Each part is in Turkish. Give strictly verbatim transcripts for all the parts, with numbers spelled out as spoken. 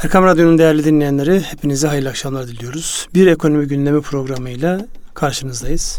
Erkam Radyo'nun değerli dinleyenleri, hepinize hayırlı akşamlar diliyoruz. Bir ekonomi gündemi programıyla karşınızdayız.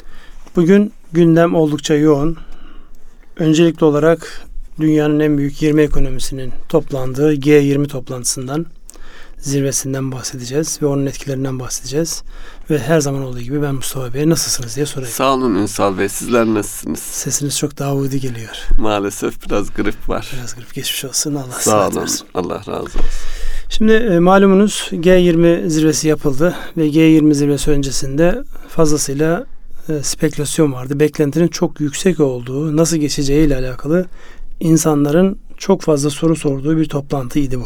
Bugün gündem oldukça yoğun. Öncelikli olarak dünyanın en büyük yirmi ekonomisinin toplandığı G yirmi toplantısından, zirvesinden bahsedeceğiz ve onun etkilerinden bahsedeceğiz. Ve her zaman olduğu gibi ben Mustafa Bey'e nasılsınız diye sorayım. Sağ olun Ünsal Bey, sizler nasılsınız? Sesiniz çok Davudi geliyor. Maalesef biraz grip var. Biraz grip, geçmiş olsun. Allah Sağ olun, versin. Allah razı olsun. Şimdi e, malumunuz G yirmi zirvesi yapıldı ve G yirmi zirvesi öncesinde fazlasıyla e, spekülasyon vardı. Beklentinin çok yüksek olduğu, nasıl geçeceği ile alakalı insanların çok fazla soru sorduğu bir toplantıydı bu.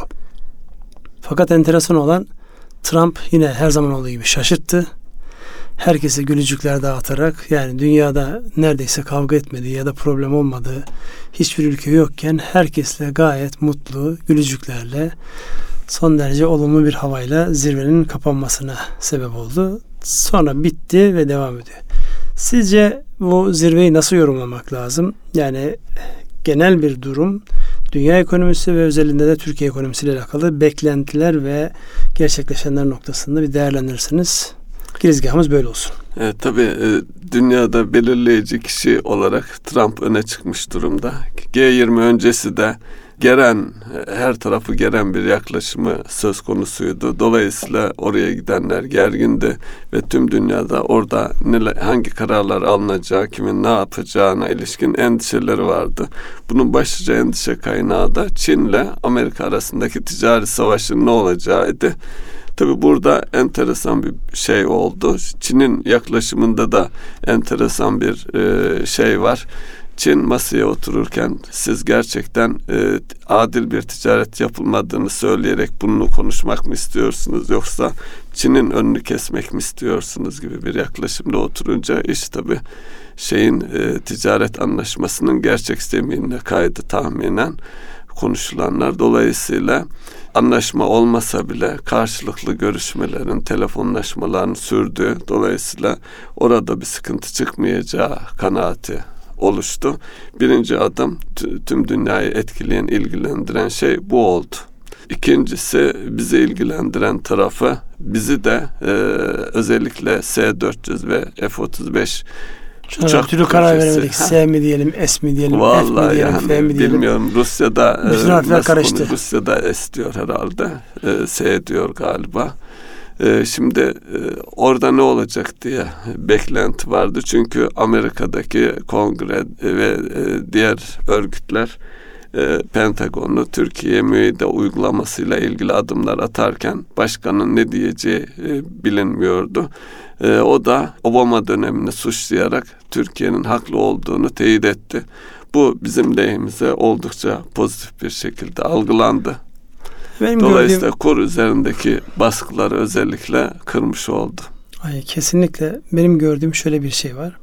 Fakat enteresan olan, Trump yine her zaman olduğu gibi şaşırttı. Herkese gülücükler dağıtarak, yani dünyada neredeyse kavga etmediği ya da problem olmadığı hiçbir ülke yokken herkesle gayet mutlu gülücüklerle, son derece olumlu bir havayla zirvenin kapanmasına sebep oldu. Sonra bitti ve devam ediyor. Sizce bu zirveyi nasıl yorumlamak lazım? Yani genel bir durum, dünya ekonomisi ve özelinde de Türkiye ekonomisiyle alakalı beklentiler ve gerçekleşenler noktasında bir değerlendirirseniz girizgahımız böyle olsun. Evet, tabii e, dünyada belirleyici kişi olarak Trump öne çıkmış durumda. G yirmi öncesi de geren, her tarafı geren bir yaklaşımı söz konusuydu. Dolayısıyla oraya gidenler gergindi ve tüm dünyada orada neler, hangi kararlar alınacağı, kimin ne yapacağına ilişkin endişeleri vardı. Bunun başlıca endişe kaynağı da Çin'le Amerika arasındaki ticari savaşın ne olacağıydı. Tabii burada enteresan bir şey oldu. Çin'in yaklaşımında da enteresan bir e, şey var. Çin masaya otururken siz gerçekten e, adil bir ticaret yapılmadığını söyleyerek bunu konuşmak mı istiyorsunuz, yoksa Çin'in önünü kesmek mi istiyorsunuz gibi bir yaklaşımda oturunca iş tabii şeyin e, ticaret anlaşmasının gerçek zeminine kaydı tahminen konuşulanlar. Dolayısıyla anlaşma olmasa bile karşılıklı görüşmelerin, telefonlaşmaların sürdüğü, dolayısıyla orada bir sıkıntı çıkmayacağı kanaati oluştu. Birinci adım, tüm dünyayı etkileyen, ilgilendiren şey bu oldu. İkincisi, bizi ilgilendiren tarafı, bizi de e, özellikle S dört yüz ve F otuz beş uçak türlü karar veremedik. Ha? S mi diyelim, S mi diyelim, Vallahi F mi diyelim, yani, F mi diyelim. Bilmiyorum. Rusya'da bütün harfler karıştı. Konu, Rusya'da S diyor herhalde. E, S diyor galiba. E, şimdi e, orada ne olacak diye beklenti vardı. Çünkü Amerika'daki Kongre ve e, diğer örgütler e, Pentagon'u Türkiye müeyyide uygulamasıyla ilgili adımlar atarken başkanın ne diyeceği e, bilinmiyordu. E, o da Obama dönemini suçlayarak Türkiye'nin haklı olduğunu teyit etti. Bu bizim lehimize oldukça pozitif bir şekilde algılandı. Benim Dolayısıyla gördüğüm, kur üzerindeki baskıları özellikle kırmış oldu. Ay, kesinlikle benim gördüğüm şöyle bir şey var.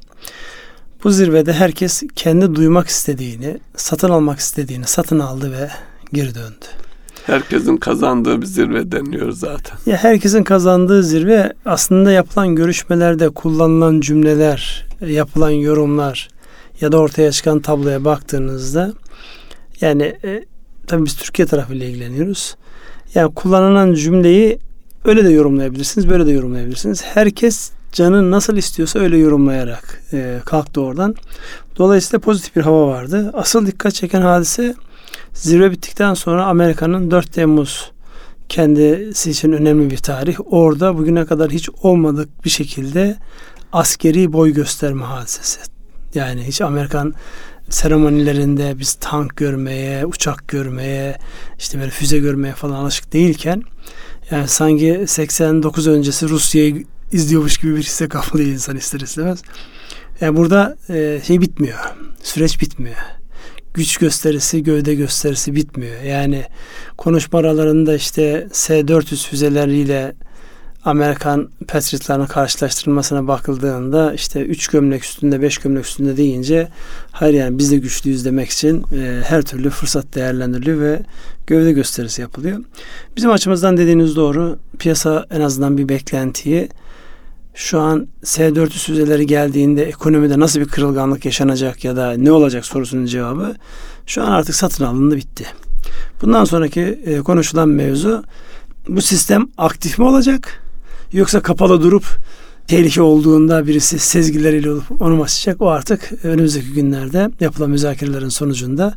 Bu zirvede herkes kendi duymak istediğini, satın almak istediğini satın aldı ve geri döndü. Herkesin kazandığı bir zirve deniyor zaten. Ya herkesin kazandığı zirve, aslında yapılan görüşmelerde kullanılan cümleler, yapılan yorumlar ya da ortaya çıkan tabloya baktığınızda, yani e, tabii biz Türkiye tarafıyla ilgileniyoruz. Yani kullanılan cümleyi öyle de yorumlayabilirsiniz, böyle de yorumlayabilirsiniz. Herkes canı nasıl istiyorsa öyle yorumlayarak e, kalktı oradan. Dolayısıyla pozitif bir hava vardı. Asıl dikkat çeken hadise, zirve bittikten sonra Amerika'nın dört Temmuz kendisi için önemli bir tarih. Orada bugüne kadar hiç olmadık bir şekilde askeri boy gösterme hadisesi. Yani hiç Amerikan seremonilerinde biz tank görmeye, uçak görmeye, işte böyle füze görmeye falan alışık değilken, yani sanki seksen dokuz öncesi Rusya'yı izliyormuş gibi bir hisse kapılıyor insan ister istemez. Yani burada e, şey bitmiyor. Süreç bitmiyor. Güç gösterisi, gövde gösterisi bitmiyor. Yani konuşma aralarında işte S dört yüz füzeleriyle Amerikan Patriot'larının karşılaştırılmasına bakıldığında işte üç gömlek üstünde, beş gömlek üstünde deyince, hayır yani biz de güçlüyüz demek için e, her türlü fırsat değerlendiriliyor ve gövde gösterisi yapılıyor. Bizim açımızdan dediğiniz doğru. Piyasa en azından bir beklentiyi, şu an S dört yüz füzeleri geldiğinde ekonomide nasıl bir kırılganlık yaşanacak ya da ne olacak sorusunun cevabı şu an artık satın alındı, bitti. Bundan sonraki e, konuşulan mevzu, bu sistem aktif mi olacak yoksa kapalı durup tehlike olduğunda birisi sezgileriyle olup onu mu açacak? O artık önümüzdeki günlerde yapılan müzakerelerin sonucunda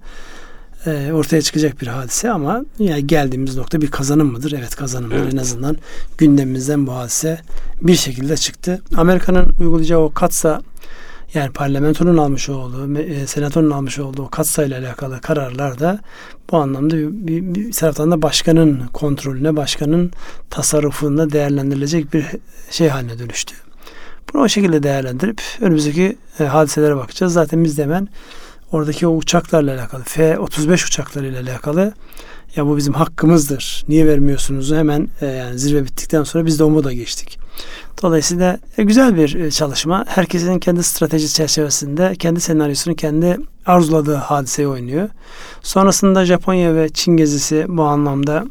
e, ortaya çıkacak bir hadise, ama yani geldiğimiz nokta bir kazanım mıdır? Evet, kazanımdır. Evet. En azından gündemimizden bu hadise bir şekilde çıktı. Amerika'nın uygulayacağı o katsa, yani parlamentonun almış olduğu, e, senatonun almış olduğu o katsa ile alakalı kararlar da bu anlamda bir, bir, bir taraftan da başkanın kontrolüne, başkanın tasarrufunda değerlendirilecek bir şey haline dönüştü. Bunu o şekilde değerlendirip önümüzdeki e, hadiselere bakacağız. Zaten biz de hemen oradaki o uçaklarla alakalı, F otuz beş uçaklarıyla alakalı, ya bu bizim hakkımızdır, niye vermiyorsunuz? Hemen e, yani zirve bittikten sonra biz de o moda geçtik. Dolayısıyla e, güzel bir e, çalışma. Herkesin kendi strateji çerçevesinde kendi senaryosunu, kendi arzuladığı hadiseyi oynuyor. Sonrasında Japonya ve Çin gezisi bu anlamda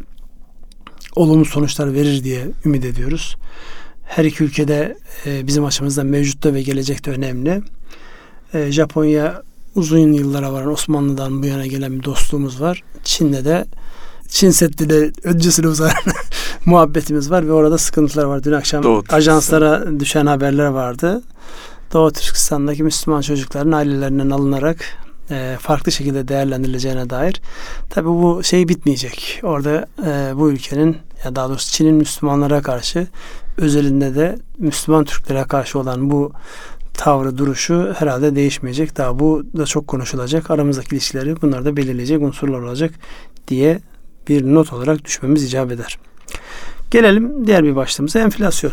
olumlu sonuçlar verir diye ümit ediyoruz. Her iki ülkede e, bizim açımızdan mevcutta ve gelecekte önemli. E, Japonya uzun yıllara varan, Osmanlı'dan bu yana gelen bir dostluğumuz var. Çin'de de Çin Seddi'yle öncesine uzanan muhabbetimiz var ve orada sıkıntılar var. Dün akşam Doğu ajanslara düşen haberler vardı. Doğu Türkistan'daki Müslüman çocukların ailelerinden alınarak e, farklı şekilde değerlendirileceğine dair. Tabii bu şey bitmeyecek. Orada e, bu ülkenin, ya daha doğrusu Çin'in Müslümanlara karşı, özelinde de Müslüman Türklere karşı olan bu tavrı, duruşu herhalde değişmeyecek. Daha bu da çok konuşulacak. Aramızdaki ilişkileri bunlar da belirleyecek unsurlar olacak diye bir not olarak düşmemiz icap eder. Gelelim diğer bir başlığımıza, enflasyon.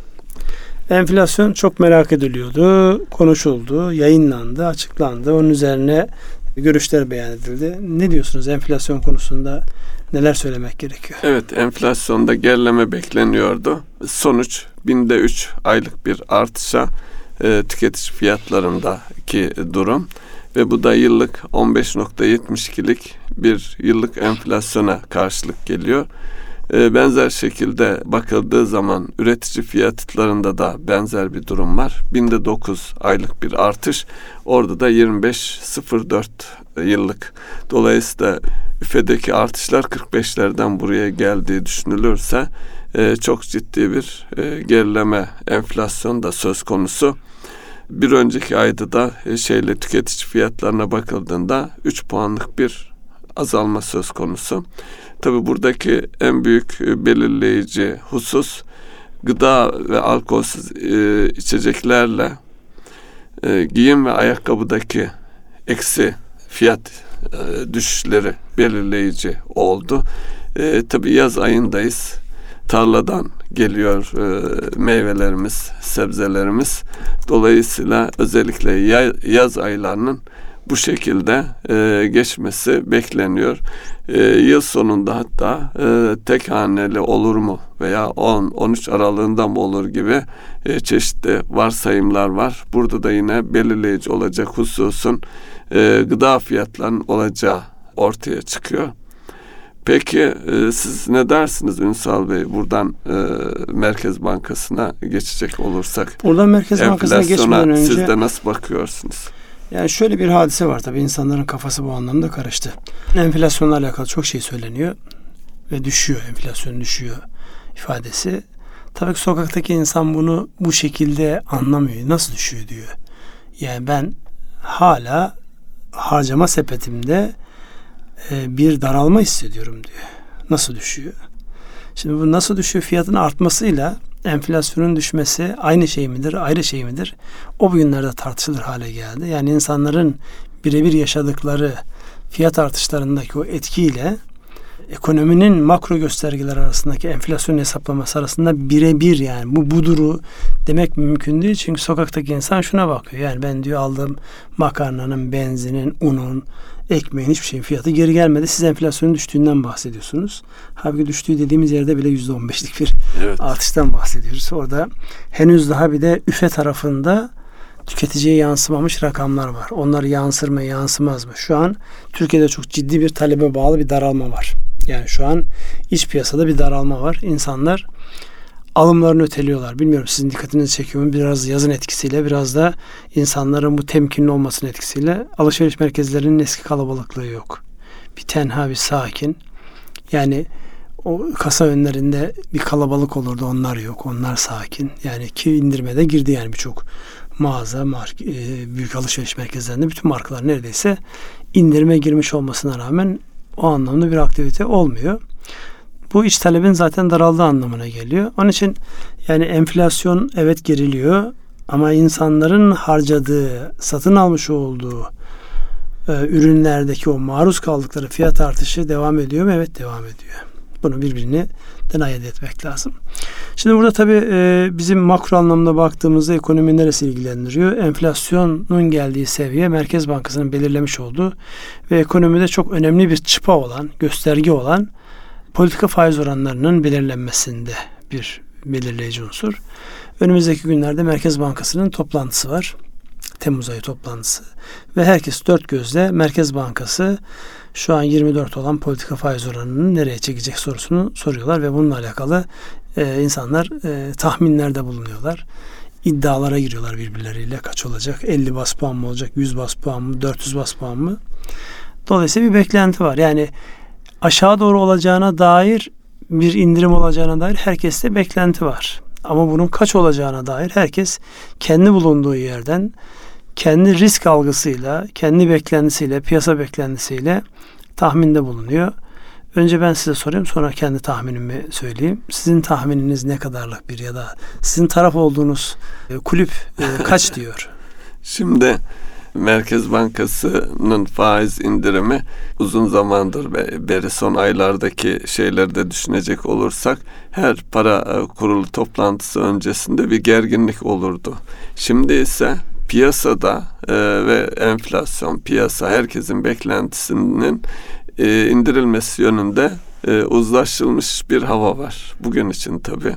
Enflasyon çok merak ediliyordu, konuşuldu, yayınlandı, açıklandı. Onun üzerine görüşler beyan edildi. Ne diyorsunuz enflasyon konusunda? Neler söylemek gerekiyor? Evet, enflasyonda gerileme bekleniyordu. Sonuç binde üç aylık bir artışa e, tüketici fiyatlarındaki durum ve bu da yıllık on beş virgül yetmiş ikilik bir yıllık enflasyona karşılık geliyor. E, benzer şekilde bakıldığı zaman üretici fiyatlarında da benzer bir durum var. Binde dokuz aylık bir artış. Orada da yirmi beş virgül sıfır dört yıllık. Dolayısıyla üfedeki artışlar kırk beşlerden buraya geldiği düşünülürse e, çok ciddi bir e, gerileme, enflasyon da söz konusu. Bir önceki ayda da e, şeyle tüketici fiyatlarına bakıldığında üç puanlık bir azalma söz konusu. Tabii buradaki en büyük e, belirleyici husus gıda ve alkolsüz e, içeceklerle e, giyim ve ayakkabıdaki eksi fiyat e, düşüşleri belirleyici oldu. E, tabii yaz ayındayız. Tarladan geliyor e, meyvelerimiz, sebzelerimiz. Dolayısıyla özellikle yaz aylarının bu şekilde e, geçmesi bekleniyor. E, yıl sonunda hatta e, tek haneli olur mu veya on on üç aralığında mı olur gibi e, çeşitli varsayımlar var. Burada da yine belirleyici olacak hususun e, gıda fiyatlarının olacağı ortaya çıkıyor. Peki e, siz ne dersiniz Ünsal Bey? Buradan e, Merkez Bankası'na geçecek olursak. Buradan Merkez Bankası'na geçmeden önce siz de nasıl bakıyorsunuz? Yani şöyle bir hadise var tabii, insanların kafası bu anlamda karıştı. Enflasyonla alakalı çok şey söyleniyor ve düşüyor, enflasyon düşüyor ifadesi. Tabii ki sokaktaki insan bunu bu şekilde anlamıyor. Nasıl düşüyor diyor. Yani ben hala harcama sepetimde e, bir daralma hissediyorum diyor. Nasıl düşüyor? Şimdi bu nasıl düşüyor fiyatın artmasıyla enflasyonun düşmesi aynı şey midir, ayrı şey midir? O bugünlerde tartışılır hale geldi. Yani insanların birebir yaşadıkları fiyat artışlarındaki o etkiyle ekonominin makro göstergeler arasındaki enflasyon hesaplaması arasında birebir, yani bu buduru demek mümkün değil. Çünkü sokaktaki insan şuna bakıyor. Yani ben diyor aldığım makarnanın, benzinin, unun, ekmeğin, hiçbir şeyin fiyatı geri gelmedi. Siz enflasyonun düştüğünden bahsediyorsunuz. Halbuki düştüğü dediğimiz yerde bile yüzde on beşlik bir evet. artıştan bahsediyoruz. Orada henüz daha bir de üfe tarafında tüketiciye yansımamış rakamlar var. Onlar yansır mı, yansımaz mı? Şu an Türkiye'de çok ciddi bir talebe bağlı bir daralma var. Yani şu an iç piyasada bir daralma var. İnsanlar alımlarını öteliyorlar. Bilmiyorum sizin dikkatinizi çekiyor mu? Biraz yazın etkisiyle, biraz da insanların bu temkinli olmasının etkisiyle alışveriş merkezlerinin eski kalabalıklığı yok. bir tenha, bir sakin. Yani o kasa önlerinde bir kalabalık olurdu. Onlar yok. Onlar sakin. Yani ki indirmede girdi yani birçok mağaza, mark, e, büyük alışveriş merkezlerinde bütün markalar neredeyse indirime girmiş olmasına rağmen o anlamda bir aktivite olmuyor. Bu iç talebin zaten daraldığı anlamına geliyor. Onun için yani enflasyon evet geriliyor ama insanların harcadığı, satın almış olduğu e, ürünlerdeki o maruz kaldıkları fiyat artışı devam ediyor mu? Evet, devam ediyor. Bunu birbirinden ayırt etmek lazım. Şimdi burada tabii e, bizim makro anlamda baktığımızda ekonomi neresi ilgilendiriyor? Enflasyonun geldiği seviye Merkez Bankası'nın belirlemiş olduğu ve ekonomide çok önemli bir çıpa olan, gösterge olan politika faiz oranlarının belirlenmesinde bir belirleyici unsur. Önümüzdeki günlerde Merkez Bankası'nın toplantısı var. Temmuz ayı toplantısı. Ve herkes dört gözle Merkez Bankası şu an yirmi dört olan politika faiz oranını nereye çekecek sorusunu soruyorlar ve bununla alakalı e, insanlar e, tahminlerde bulunuyorlar. İddialara giriyorlar birbirleriyle. Kaç olacak? elli bas puan mı olacak? yüz bas puan mı? dört yüz bas puan mı? Dolayısıyla bir beklenti var. Yani aşağı doğru olacağına dair, bir indirim olacağına dair herkeste beklenti var. Ama bunun kaç olacağına dair herkes kendi bulunduğu yerden, kendi risk algısıyla, kendi beklentisiyle, piyasa beklentisiyle tahminde bulunuyor. Önce ben size sorayım, sonra kendi tahminimi söyleyeyim. Sizin tahmininiz ne kadarlık bir, ya da sizin taraf olduğunuz kulüp kaç diyor? Şimdi Merkez Bankası'nın faiz indirimi uzun zamandır ve beri son aylardaki şeyleri de düşünecek olursak her para kurulu toplantısı öncesinde bir gerginlik olurdu. Şimdi ise piyasada e, ve enflasyon, piyasa, herkesin beklentisinin e, indirilmesi yönünde e, uzlaşılmış bir hava var. Bugün için tabii.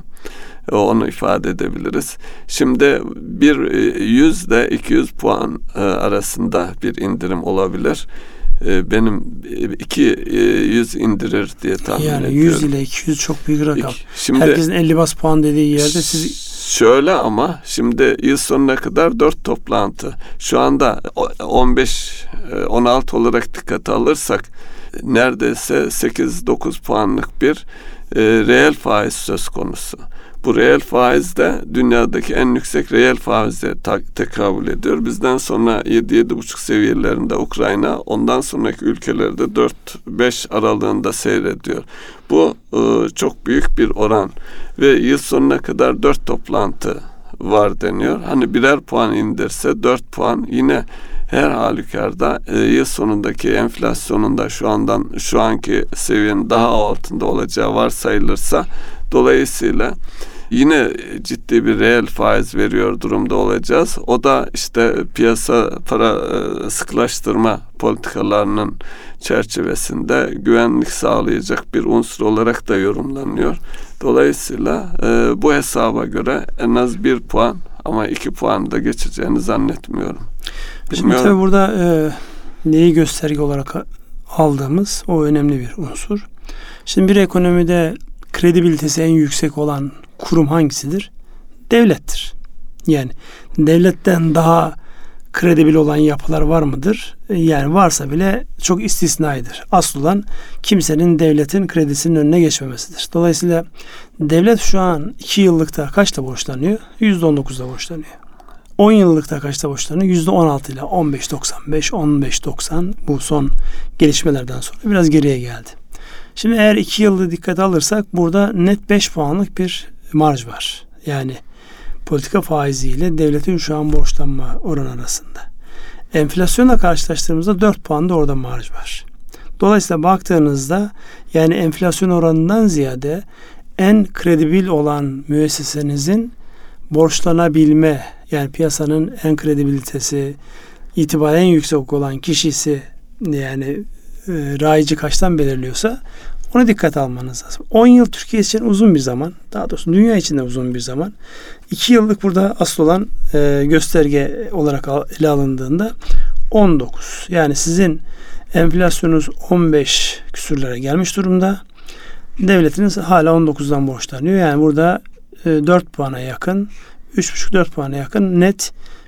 Onu ifade edebiliriz. Şimdi bir yüz ile iki yüz puan arasında bir indirim olabilir. Benim iki yüz indirir diye tahmin yani ediyorum. yüz ile iki yüz çok büyük rakam. Şimdi, herkesin elli bas puan dediği yerde siz... Şöyle ama şimdi yıl sonuna kadar dört toplantı. Şu anda on beş on altı olarak dikkate alırsak neredeyse sekiz dokuz puanlık bir e, reel faiz söz konusu. Bu reel faiz de dünyadaki en yüksek reel faize tekabül ediyor. Bizden sonra yedi yedi buçuk seviyelerinde Ukrayna, ondan sonraki ülkelerde dört beş aralığında seyrediyor. Bu e, çok büyük bir oran ve yıl sonuna kadar dört toplantı var deniyor. Hani birer puan indirse dört puan yine her halükarda e, yıl sonundaki enflasyonun da şu andan şu anki seviyenin daha altında olacağı varsayılırsa, dolayısıyla yine ciddi bir reel faiz veriyor durumda olacağız. O da işte piyasa para e, sıkılaştırma politikalarının çerçevesinde güvenlik sağlayacak bir unsur olarak da yorumlanıyor. Dolayısıyla e, bu hesaba göre en az bir puan ama iki puan da geçeceğini zannetmiyorum. Şimdi tabii burada e, neyi gösterge olarak aldığımız o önemli bir unsur. Şimdi bir ekonomide kredibilitesi en yüksek olan kurum hangisidir? Devlettir. Yani devletten daha kredibil olan yapılar var mıdır? Yani varsa bile çok istisnaidir. Asıl olan kimsenin devletin kredisinin önüne geçmemesidir. Dolayısıyla devlet şu an iki yıllıkta kaçta borçlanıyor? yüzde on dokuzda borçlanıyor. on yıllıkta kaçta borçlanıyor? yüzde on altı ile on beş doksan beş, on beş doksan bu son gelişmelerden sonra biraz geriye geldi. Şimdi eğer iki yılda dikkate alırsak burada net beş puanlık bir marj var. Yani politika faiziyle devletin şu an borçlanma oranı arasında. Enflasyonla karşılaştırdığımızda dört puan da orada marj var. Dolayısıyla baktığınızda yani enflasyon oranından ziyade en kredibil olan müessesenizin borçlanabilme, yani piyasanın en kredibilitesi, itibaren yüksek olan kişisi, yani e, rayici kaçtan belirliyorsa ona dikkat almanız lazım. on yıl Türkiye için uzun bir zaman. Daha doğrusu dünya için de uzun bir zaman. iki yıllık burada asıl olan e, gösterge olarak ele alındığında on dokuz. Yani sizin enflasyonunuz on beş küsürlere gelmiş durumda. Devletiniz hala on dokuzdan borçlanıyor. Yani burada e, dört puana yakın, üç buçuk dört puana yakın net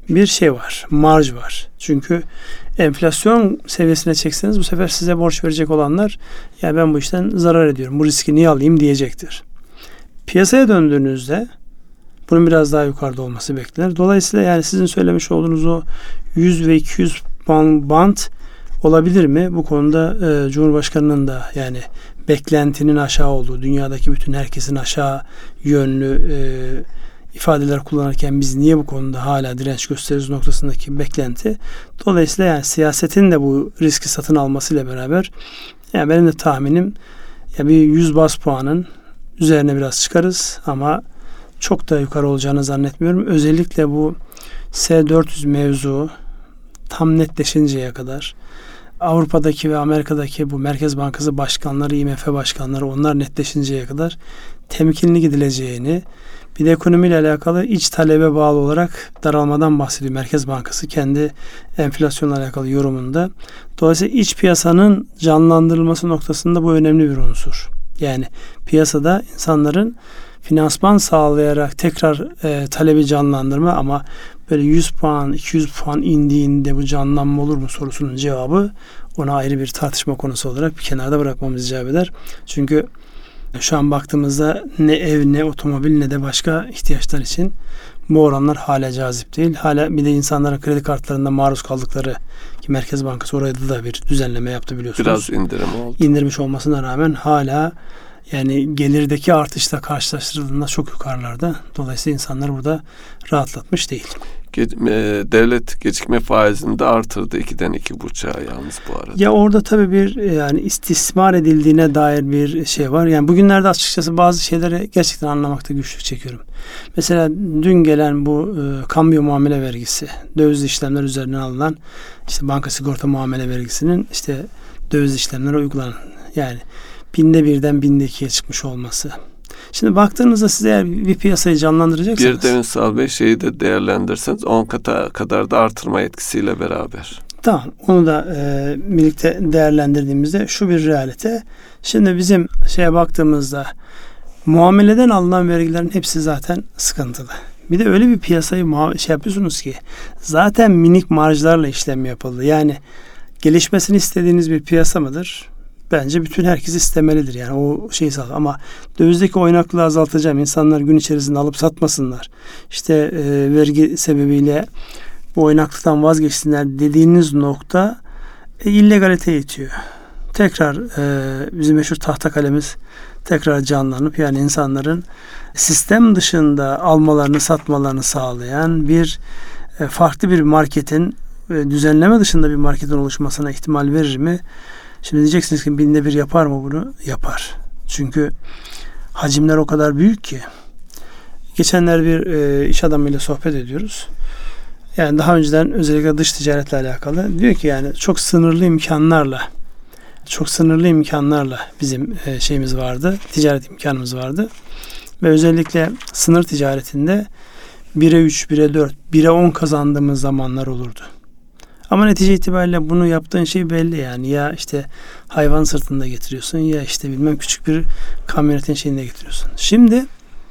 bir şey var. Marj var. Çünkü enflasyon seviyesine çekseniz bu sefer size borç verecek olanlar ya ben bu işten zarar ediyorum. Bu riski niye alayım diyecektir. Piyasaya döndüğünüzde bunun biraz daha yukarıda olması beklenir. Dolayısıyla yani sizin söylemiş olduğunuz o yüz ve iki yüz puan band olabilir mi? Bu konuda e, Cumhurbaşkanı'nın da yani beklentinin aşağı olduğu, dünyadaki bütün herkesin aşağı yönlü e, ifadeler kullanırken biz niye bu konuda hala direnç gösteririz noktasındaki beklenti. Dolayısıyla yani siyasetin de bu riski satın almasıyla beraber yani benim de tahminim ya bir yüz baz puanın üzerine biraz çıkarız ama çok da yukarı olacağını zannetmiyorum. Özellikle bu S dört yüz mevzu tam netleşinceye kadar Avrupa'daki ve Amerika'daki bu Merkez Bankası başkanları, I M F başkanları onlar netleşinceye kadar temkinli gidileceğini, bir de ekonomiyle alakalı iç talebe bağlı olarak daralmadan bahsediyor Merkez Bankası kendi enflasyonla alakalı yorumunda. Dolayısıyla iç piyasanın canlandırılması noktasında bu önemli bir unsur. Yani piyasada insanların finansman sağlayarak tekrar e, talebi canlandırma ama böyle yüz puan, iki yüz puan indiğinde bu canlanma olur mu sorusunun cevabı ona ayrı bir tartışma konusu olarak bir kenarda bırakmamız icap eder. Çünkü şu an baktığımızda ne ev, ne otomobil, ne de başka ihtiyaçlar için bu oranlar hala cazip değil. Hala bir de insanların kredi kartlarında maruz kaldıkları ki Merkez Bankası orada da bir düzenleme yaptı biliyorsunuz. Biraz indirim oldu. İndirmiş olmasına rağmen hala yani gelirdeki artışla karşılaştırıldığında çok yukarılarda. Dolayısıyla insanlar burada rahatlatmış değil. Devlet gecikme faizini de artırdı ikiden iki buçuğa yalnız bu arada. Ya orada tabii bir yani istismar edildiğine dair bir şey var. Yani bugünlerde açıkçası bazı şeyleri gerçekten anlamakta güçlük çekiyorum. Mesela dün gelen bu e, kambiyo muamele vergisi, döviz işlemler üzerinden alınan işte banka sigorta muamele vergisinin işte döviz işlemlere uygulanan yani binde birden binde ikiye çıkmış olması. Şimdi baktığınızda siz eğer bir piyasayı canlandıracaksanız. Bir de Ünsal Bey şeyi de değerlendirseniz on kata kadar da artırma etkisiyle beraber. Tamam. Onu da e, birlikte değerlendirdiğimizde şu bir realite. Şimdi bizim şeye baktığımızda muameleden alınan vergilerin hepsi zaten sıkıntılı. Bir de öyle bir piyasayı muha- şey yapıyorsunuz ki zaten minik marjlarla işlem yapıldı. Yani gelişmesini istediğiniz bir piyasa mıdır? Bence bütün herkes istemelidir yani o şeyi sağlar. Ama dövizdeki oynaklığı azaltacağım. İnsanlar gün içerisinde alıp satmasınlar. İşte e, vergi sebebiyle bu oynaklıktan vazgeçsinler dediğiniz nokta e, illegalite itiyor. Tekrar e, bizim meşhur tahta kalemiz tekrar canlanıp yani insanların sistem dışında almalarını satmalarını sağlayan bir e, farklı bir marketin e, düzenleme dışında bir marketin oluşmasına ihtimal verir mi? Şimdi diyeceksiniz ki binde bir yapar mı bunu? Yapar. Çünkü hacimler o kadar büyük ki. Geçenler bir e, iş adamıyla sohbet ediyoruz. Yani daha önceden özellikle dış ticaretle alakalı. Diyor ki yani çok sınırlı imkanlarla çok sınırlı imkanlarla bizim e, şeyimiz vardı. Ticaret imkanımız vardı. Ve özellikle sınır ticaretinde bire üç, bire dört, bire on kazandığımız zamanlar olurdu. Ama netice itibariyle bunu yaptığın şey belli yani. Ya işte hayvan sırtında getiriyorsun ya işte bilmem küçük bir kamyonetin şeyinde getiriyorsun. Şimdi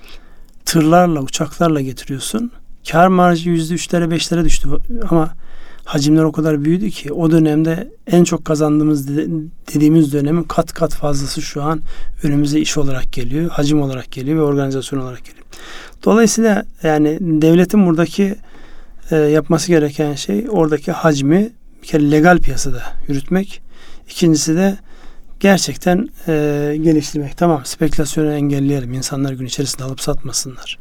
tırlarla, uçaklarla getiriyorsun. Kar marjı yüzde üçlere beşlere düştü ama hacimler o kadar büyüdü ki o dönemde en çok kazandığımız dediğimiz dönemin kat kat fazlası şu an önümüze iş olarak geliyor, hacim olarak geliyor ve organizasyon olarak geliyor. Dolayısıyla yani devletin buradaki e, yapması gereken şey oradaki hacmi bir kere legal piyasada yürütmek. İkincisi de gerçekten e, geliştirmek. Tamam, spekülasyonu engelleyelim. İnsanlar gün içerisinde alıp satmasınlar.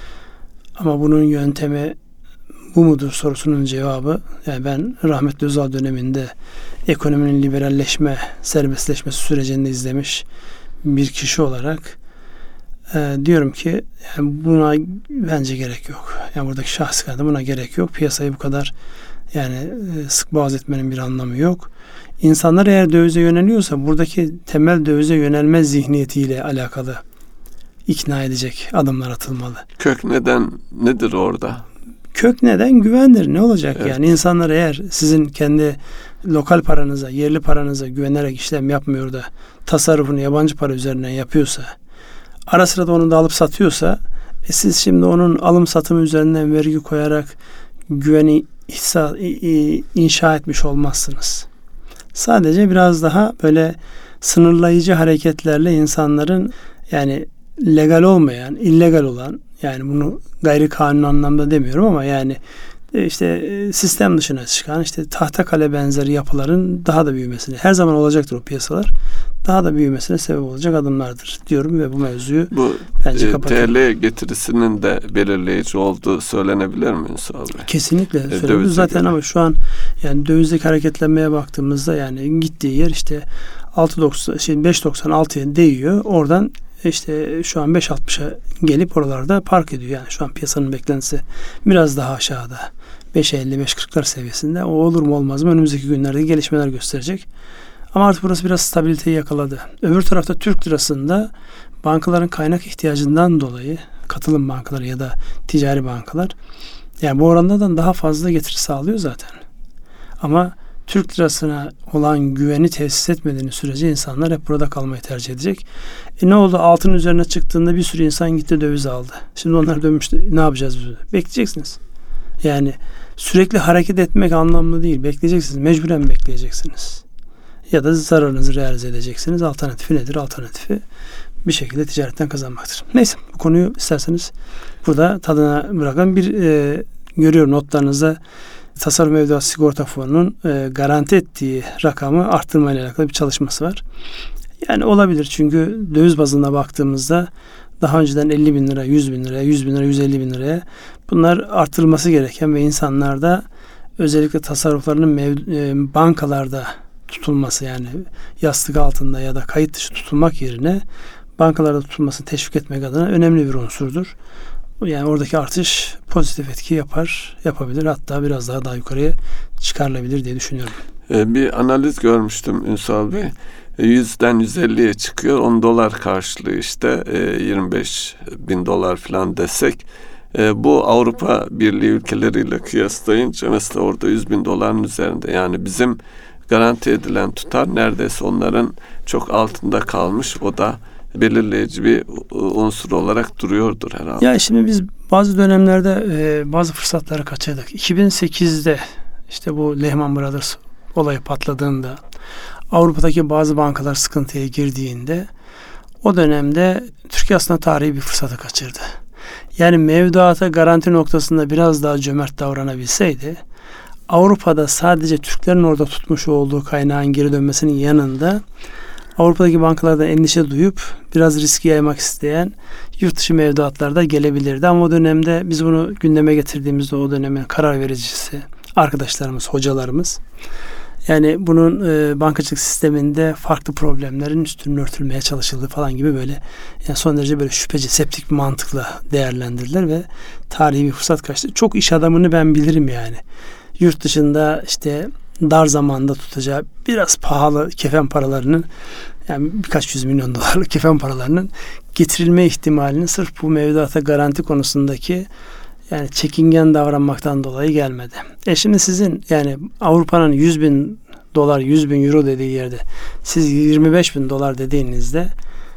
Ama bunun yöntemi bu mudur sorusunun cevabı, yani ben rahmetli Özal döneminde ekonominin liberalleşme, serbestleşmesi sürecinde izlemiş bir kişi olarak e, diyorum ki yani buna bence gerek yok. Yani buradaki şahsi kadar buna gerek yok. Piyasayı bu kadar yani e, sık boğaz etmenin bir anlamı yok. İnsanlar eğer dövize yöneliyorsa buradaki temel dövize yönelme zihniyetiyle alakalı ikna edecek adımlar atılmalı. Kök neden nedir orada? Kök neden? Güvendir. Ne olacak Evet. yani? İnsanlar eğer sizin kendi lokal paranıza, yerli paranıza güvenerek işlem yapmıyor da tasarrufunu yabancı para üzerinden yapıyorsa, ara sıra da onu da alıp satıyorsa, e siz şimdi onun alım satımı üzerinden vergi koyarak güveni ihsa, inşa etmiş olmazsınız. Sadece biraz daha böyle sınırlayıcı hareketlerle insanların, yani legal olmayan, illegal olan, yani bunu gayri kanuni anlamda demiyorum ama yani işte sistem dışına çıkan, işte Tahtakale benzeri yapıların daha da büyümesine, her zaman olacaktır o piyasalar, daha da büyümesine sebep olacak adımlardır diyorum ve bu mevzuyu bu bence e, kapatalım. T L getirisinin de belirleyici olduğu söylenebilir mi Ünsal Bey? Kesinlikle E, söylüyoruz zaten göre. Ama şu an yani dövizdeki hareketlenmeye baktığımızda yani gittiği yer işte altı doksan, şey beş doksan altıya değiyor. Oradan işte şu an beş altmışa gelip oralarda park ediyor. Yani şu an piyasanın beklentisi biraz daha aşağıda. beş elli beş kırklar seviyesinde. O olur mu olmaz mı önümüzdeki günlerde gelişmeler gösterecek. Ama artık burası biraz stabiliteyi yakaladı. Öbür tarafta Türk lirasında bankaların kaynak ihtiyacından dolayı, katılım bankaları ya da ticari bankalar, yani bu oranlardan daha fazla getiri sağlıyor zaten. Ama Türk lirasına olan güveni tesis etmediğini sürece insanlar hep burada kalmayı tercih edecek. E ne oldu? Altın üzerine çıktığında bir sürü insan gitti döviz aldı. Şimdi onlar dönmüştü. Ne yapacağız biz? Bekleyeceksiniz. Yani sürekli hareket etmek anlamlı değil. Bekleyeceksiniz. Mecburen bekleyeceksiniz. Ya da zararınızı realize edeceksiniz. Alternatifi nedir? Alternatifi bir şekilde ticaretten kazanmaktır. Neyse, bu konuyu isterseniz burada tadına bırakan bir e, görüyorum notlarınızda Tasarruf Mevduat Sigorta Fonu'nun e, garanti ettiği rakamı arttırmayla alakalı bir çalışması var. Yani olabilir, çünkü döviz bazında baktığımızda daha önceden elli bin lira, yüz bin liraya, yüz bin lira, yüz elli bin liraya bunlar artırılması gereken ve insanlarda özellikle tasarruflarının mev- e, bankalarda tutulması, yani yastık altında ya da kayıt dışı tutulmak yerine bankalarda tutulmasını teşvik etmek adına önemli bir unsurdur. Yani oradaki artış pozitif etki yapar, yapabilir. Hatta biraz daha daha yukarıya çıkarılabilir diye düşünüyorum. Bir analiz görmüştüm Ünsal Bey. yüzden yüz elliye çıkıyor. on dolar karşılığı işte yirmi beş bin dolar falan desek. Bu Avrupa Birliği ülkeleriyle kıyaslayınca mesela orada yüz bin doların üzerinde. Yani bizim garanti edilen tutar neredeyse onların çok altında kalmış. O da belirleyici bir unsur olarak duruyordur herhalde. Ya şimdi biz bazı dönemlerde e, bazı fırsatları kaçırdık. iki bin sekizde işte bu Lehman Brothers olayı patladığında, Avrupa'daki bazı bankalar sıkıntıya girdiğinde, o dönemde Türkiye aslında tarihi bir fırsatı kaçırdı. Yani mevduata garanti noktasında biraz daha cömert davranabilseydi, Avrupa'da sadece Türklerin orada tutmuş olduğu kaynağın geri dönmesinin yanında Avrupa'daki bankalardan endişe duyup biraz riski yaymak isteyen yurt dışı mevduatlar da gelebilirdi. Ama o dönemde biz bunu gündeme getirdiğimizde o dönemin karar vericisi arkadaşlarımız, hocalarımız, yani bunun e, bankacılık sisteminde farklı problemlerin üstünün örtülmeye çalışıldığı falan gibi böyle yani son derece böyle şüpheci, septik bir mantıkla değerlendirdiler ve tarihi bir fırsat kaçtı. Çok iş adamını ben bilirim yani. Yurt dışında işte dar zamanda tutacağı biraz pahalı kefen paralarının, yani birkaç yüz milyon dolarlık kefen paralarının getirilme ihtimalinin sırf bu mevduata garanti konusundaki yani çekingen davranmaktan dolayı gelmedi. E şimdi sizin yani Avrupa'nın yüz bin dolar, yüz bin euro dediği yerde siz yirmi beş bin dolar dediğinizde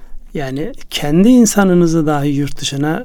yani kendi insanınızı dahi yurt dışına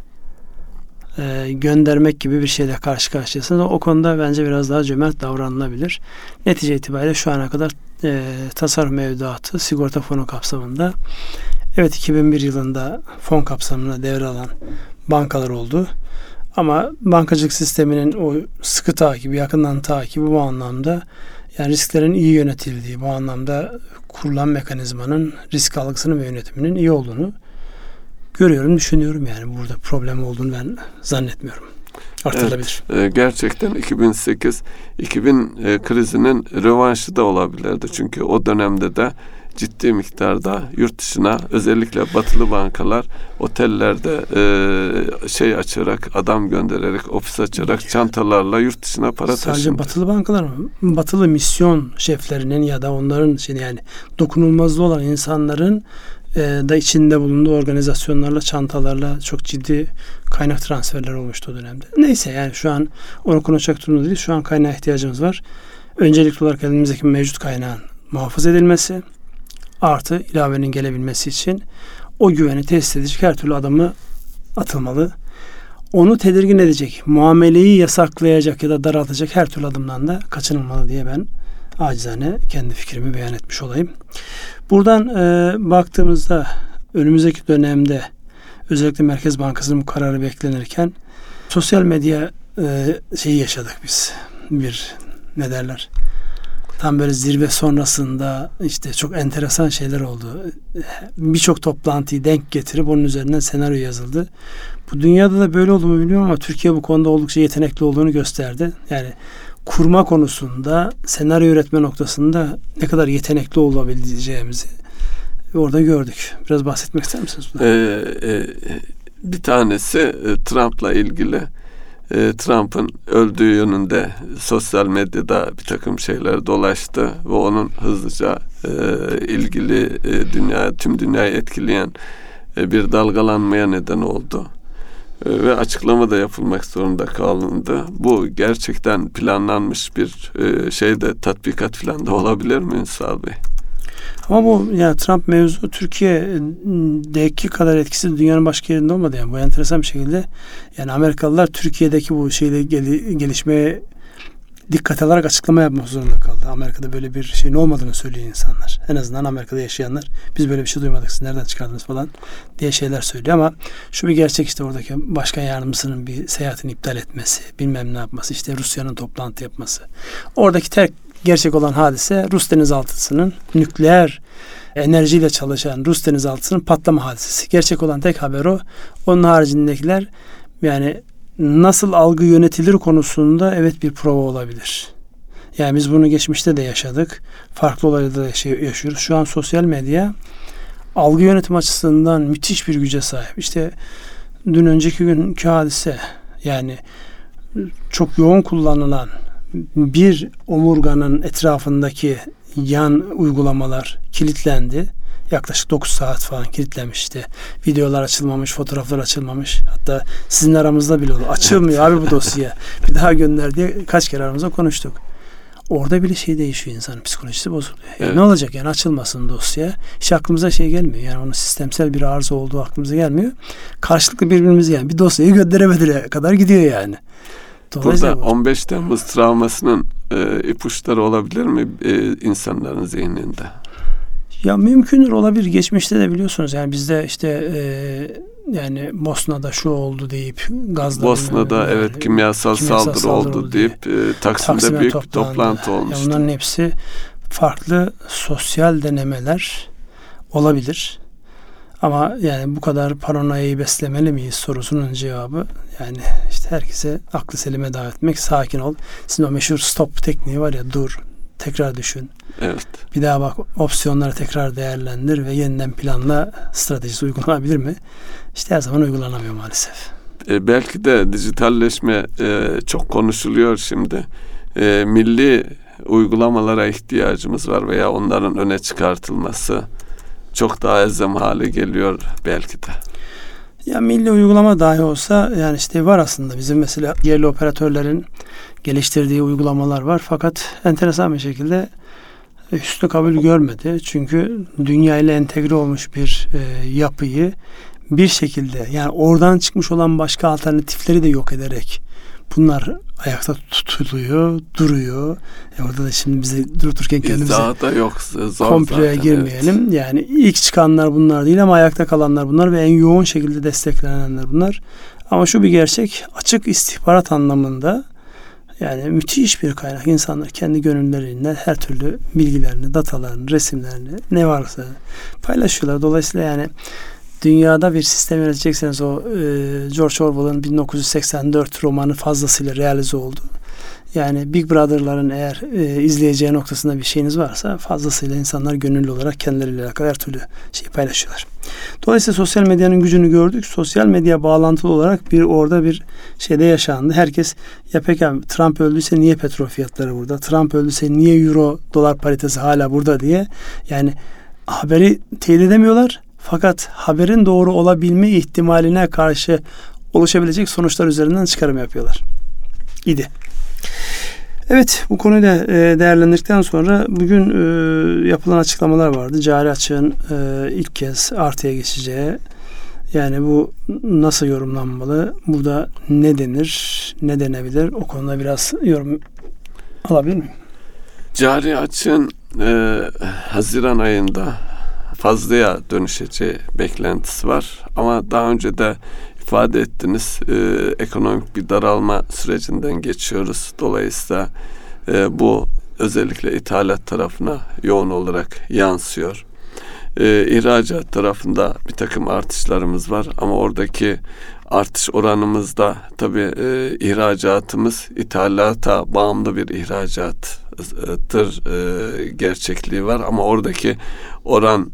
e, göndermek gibi bir şeyle karşı karşıyasınız. O konuda bence biraz daha cömert davranılabilir. Netice itibariyle şu ana kadar e, tasarruf mevduatı sigorta fonu kapsamında, evet iki bin bir yılında fon kapsamına devralan bankalar oldu. Ama bankacılık sisteminin o sıkı takibi, yakından takibi bu anlamda, yani risklerin iyi yönetildiği, bu anlamda kurulan mekanizmanın risk algısının ve yönetiminin iyi olduğunu görüyorum, düşünüyorum. Yani burada problem olduğunu ben zannetmiyorum. Artırılabilir. Evet, gerçekten iki bin sekiz iki bin krizinin rövanşı da olabilirdi. Çünkü o dönemde de ciddi miktarda yurt dışına özellikle batılı bankalar otellerde e, şey açarak, adam göndererek, ofis açarak yani, çantalarla yurt dışına para taşındı. Sadece batılı bankalar mı? Batılı misyon şeflerinin ya da onların şey yani dokunulmazlığı olan insanların e, da içinde bulunduğu organizasyonlarla, çantalarla çok ciddi kaynak transferleri olmuştu o dönemde. Neyse yani şu an onu konuşacak durumda değil. Şu an kaynağa ihtiyacımız var. Öncelikli olarak elimizdeki mevcut kaynağın muhafaza edilmesi, artı ilavenin gelebilmesi için o güveni tesis edecek her türlü adımı atılmalı. onu tedirgin edecek, muameleyi yasaklayacak ya da daraltacak her türlü adımdan da kaçınılmalı diye ben acizane kendi fikrimi beyan etmiş olayım. Buradan e, baktığımızda önümüzdeki dönemde özellikle Merkez Bankası'nın bu kararı beklenirken sosyal medya e, şeyi yaşadık biz. Bir ne derler? Tam böyle zirve sonrasında işte çok enteresan şeyler oldu. Birçok toplantıyı denk getirip onun üzerinden senaryo yazıldı. Bu dünyada da böyle oldu mu bilmiyorum ama Türkiye bu konuda oldukça yetenekli olduğunu gösterdi. Yani kurma konusunda, senaryo üretme noktasında ne kadar yetenekli olabileceğimizi orada gördük. Biraz bahsetmek ister misiniz? Ee, e, bir tanesi e, Trump'la ilgili. E, Trump'ın öldüğü yönünde sosyal medyada bir takım şeyler dolaştı ve onun hızlıca e, ilgili e, dünya, tüm dünyayı etkileyen e, bir dalgalanmaya neden oldu. E, ve açıklama da yapılmak zorunda kalındı. Bu gerçekten planlanmış bir e, şeyde, tatbikat falan da olabilir mi Ünsal Bey? Ama bu yani Trump mevzu Türkiye'deki kadar etkisi dünyanın başka yerinde olmadı. Yani bu enteresan bir şekilde yani Amerikalılar Türkiye'deki bu şeyle gel- gelişmeye dikkat alarak açıklama yapmak zorunda kaldı. Amerika'da böyle bir şeyin olmadığını söylüyor insanlar. En azından Amerika'da yaşayanlar biz böyle bir şey duymadık, siz nereden çıkardınız falan diye şeyler söylüyor ama şu bir gerçek, işte oradaki başkan yardımcısının bir seyahatini iptal etmesi, bilmem ne yapması, işte Rusya'nın toplantı yapması. Oradaki tek gerçek olan hadise Rus denizaltısının nükleer enerjiyle çalışan Rus denizaltısının patlama hadisesi. Gerçek olan tek haber o. Onun haricindekiler yani nasıl algı yönetilir konusunda evet bir prova olabilir. Yani biz bunu geçmişte de yaşadık. Farklı olaylarda da yaşıyoruz. Şu an sosyal medya algı yönetim açısından müthiş bir güce sahip. İşte dün önceki günkü hadise, yani çok yoğun kullanılan bir omurganın etrafındaki yan uygulamalar kilitlendi. Yaklaşık dokuz saat falan kilitlemişti. Videolar açılmamış, fotoğraflar açılmamış. Hatta sizin aramızda bile oldu. Açılmıyor abi bu dosya. Bir daha gönder diye kaç kere aramızda konuştuk. Orada bile şey değişiyor, insanın psikolojisi bozuluyor. Yani evet. Ne olacak yani açılmasın dosya? Hiç aklımıza şey gelmiyor. Yani onun sistemsel bir arıza olduğu aklımıza gelmiyor. Karşılıklı birbirimizi yani bir dosyayı gönderemediğine kadar gidiyor yani. Burada on beş Temmuz travmasının e, ipuçları olabilir mi e, insanların zihninde? Ya mümkündür, olabilir. Geçmişte de biliyorsunuz yani bizde işte e, yani Bosna'da şu oldu deyip gazla Bosna'da yani, evet kimyasal, kimyasal saldırı, saldırı oldu, oldu deyip e, Taksim'de Taksim'e büyük toplandı. Bir toplantı olmuştu. Yani bunların hepsi farklı sosyal denemeler olabilir. Ama yani bu kadar paranoyayı beslemeli miyiz sorusunun cevabı yani işte herkese aklı selime davet etmek, sakin ol. Sizin o meşhur stop tekniği var ya, dur, tekrar düşün. Evet. Bir daha bak, opsiyonları tekrar değerlendir ve yeniden planla, stratejisi uygulanabilir mi? İşte her zaman uygulanamıyor maalesef. E, belki de dijitalleşme e, çok konuşuluyor şimdi. E, milli uygulamalara ihtiyacımız var veya onların öne çıkartılması çok daha elzem hale geliyor belki de. Ya milli uygulama dahi olsa yani işte var aslında bizim mesela yerli operatörlerin geliştirdiği uygulamalar var. Fakat enteresan bir şekilde hüsnü kabul görmedi. Çünkü dünya ile entegre olmuş bir e, yapıyı bir şekilde yani oradan çıkmış olan başka alternatifleri de yok ederek bunlar ayakta tutuluyor, duruyor. E orada da şimdi bize dururken kendimize da yok, komploya girmeyelim. Evet. Yani ilk çıkanlar bunlar değil ama ayakta kalanlar bunlar ve en yoğun şekilde desteklenenler bunlar. Ama şu bir gerçek, açık istihbarat anlamında yani müthiş bir kaynak. İnsanlar kendi gönüllerinden her türlü bilgilerini, datalarını, resimlerini ne varsa paylaşıyorlar. Dolayısıyla yani dünyada bir sistem yönetecekseniz o e, George Orwell'ın bin dokuz yüz seksen dört romanı fazlasıyla realize oldu. Yani Big Brother'ların eğer e, izleyeceği noktasında bir şeyiniz varsa fazlasıyla insanlar gönüllü olarak kendileriyle alakalı her türlü şeyi paylaşıyorlar. Dolayısıyla sosyal medyanın gücünü gördük. Sosyal medya bağlantılı olarak bir orada bir şeyde yaşandı. Herkes ya peki abi, Trump öldüyse niye petrol fiyatları burada? Trump öldüyse niye euro dolar paritesi hala burada diye. Yani haberi teyit edemiyorlar. Fakat haberin doğru olabilme ihtimaline karşı oluşabilecek sonuçlar üzerinden çıkarım yapıyorlar. İdi. Evet, bu konuyu da e, değerlendirdikten sonra bugün e, yapılan açıklamalar vardı. Cari açığın e, ilk kez artıya geçeceği, Yani bu nasıl yorumlanmalı? Burada ne denir, ne denebilir? O konuda biraz yorum alabilir miyim? Cari açığın e, Haziran ayında fazlaya dönüşeceği beklentisi var. Ama daha önce de ifade ettiniz, e, ekonomik bir daralma sürecinden geçiyoruz. Dolayısıyla e, bu özellikle ithalat tarafına yoğun olarak yansıyor. E, ihracat tarafında bir takım artışlarımız var ama oradaki artış oranımızda tabii e, ihracatımız ithalata bağımlı bir ihracattır e, gerçekliği var ama oradaki oran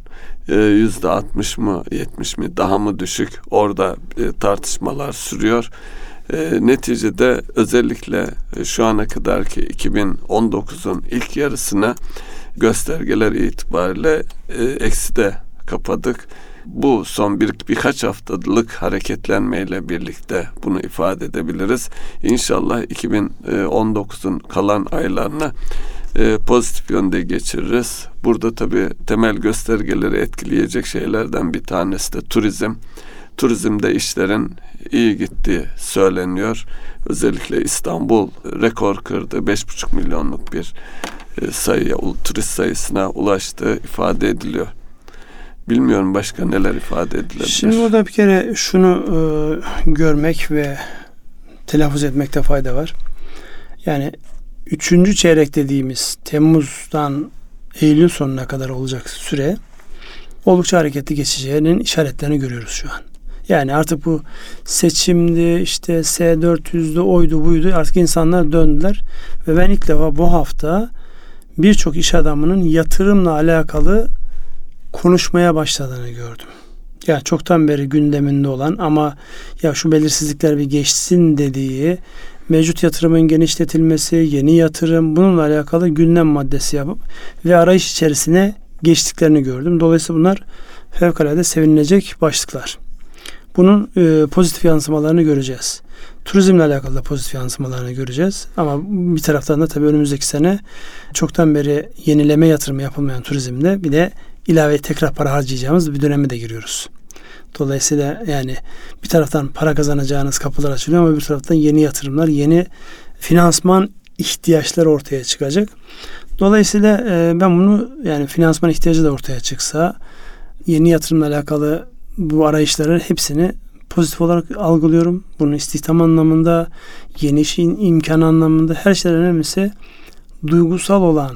yüzde altmış mı yetmiş mi daha mı düşük, orada e, tartışmalar sürüyor. E, neticede özellikle e, şu ana kadarki iki bin on dokuzun ilk yarısına göstergeler itibariyle e, ekside kapadık. Bu son bir birkaç haftalık hareketlenmeyle birlikte bunu ifade edebiliriz. İnşallah iki bin on dokuzun kalan aylarına e, pozitif yönde geçiririz. Burada tabii temel göstergeleri etkileyecek şeylerden bir tanesi de turizm. Turizmde işlerin iyi gittiği söyleniyor. Özellikle İstanbul rekor kırdı. beş buçuk milyonluk bir e, sayıya, turist sayısına ulaştığı ifade ediliyor. Bilmiyorum başka neler ifade edilebilir. Şimdi burada bir kere şunu e, görmek ve telaffuz etmekte fayda var. Yani üçüncü çeyrek dediğimiz Temmuz'dan Eylül sonuna kadar olacak süre oldukça hareketli geçeceğinin işaretlerini görüyoruz şu an. Yani artık bu seçimdi, işte S dört yüz'dü, oydu buydu, artık insanlar döndüler ve ben ilk defa bu hafta birçok iş adamının yatırımla alakalı konuşmaya başladığını gördüm. Ya çoktan beri gündeminde olan ama ya şu belirsizlikler bir geçsin dediği, mevcut yatırımın genişletilmesi, yeni yatırım, bununla alakalı gündem maddesi yapıp ve arayış içerisine geçtiklerini gördüm. Dolayısıyla bunlar fevkalade sevinilecek başlıklar. Bunun e, pozitif yansımalarını göreceğiz. Turizmle alakalı da pozitif yansımalarını göreceğiz. Ama bir taraftan da tabii önümüzdeki sene çoktan beri yenileme yatırımı yapılmayan turizmde bir de ilave tekrar para harcayacağımız bir döneme de giriyoruz. Dolayısıyla yani bir taraftan para kazanacağınız kapılar açılıyor ama bir taraftan yeni yatırımlar, yeni finansman ihtiyaçları ortaya çıkacak. Dolayısıyla e, ben bunu, yani finansman ihtiyacı da ortaya çıksa, yeni yatırımla alakalı bu arayışları hepsini pozitif olarak algılıyorum. Bunun istihdam anlamında, yeni işin imkan anlamında, her şeyden önemlisi duygusal olan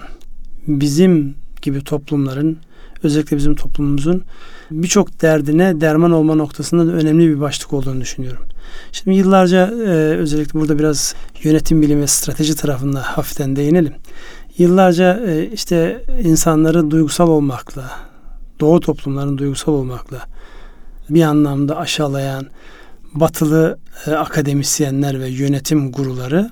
bizim gibi toplumların, özellikle bizim toplumumuzun birçok derdine derman olma noktasında da önemli bir başlık olduğunu düşünüyorum. Şimdi yıllarca e, özellikle burada biraz yönetim bilimi ve strateji tarafında hafiften değinelim. Yıllarca e, işte insanları duygusal olmakla, Doğu toplumlarının duygusal olmakla bir anlamda aşağılayan batılı e, akademisyenler ve yönetim guruları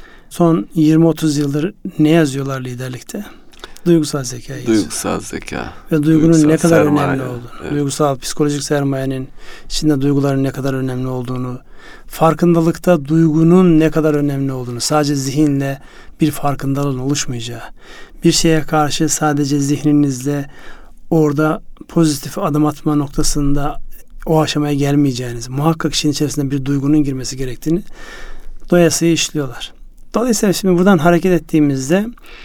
son yirmi otuz yıldır ne yazıyorlar liderlikte? Duygusal zeka yazıyor. Duygusal zeka. Ve duygunun duygusal ne kadar sermaye, önemli olduğunu, evet. duygusal, psikolojik sermayenin içinde duyguların ne kadar önemli olduğunu, farkındalıkta duygunun ne kadar önemli olduğunu, sadece zihinle bir farkındalığın oluşmayacağı, bir şeye karşı sadece zihninizle orada pozitif adım atma noktasında o aşamaya gelmeyeceğiniz, muhakkak işin içerisinde bir duygunun girmesi gerektiğini doyasıya işliyorlar. Dolayısıyla şimdi buradan hareket ettiğimizde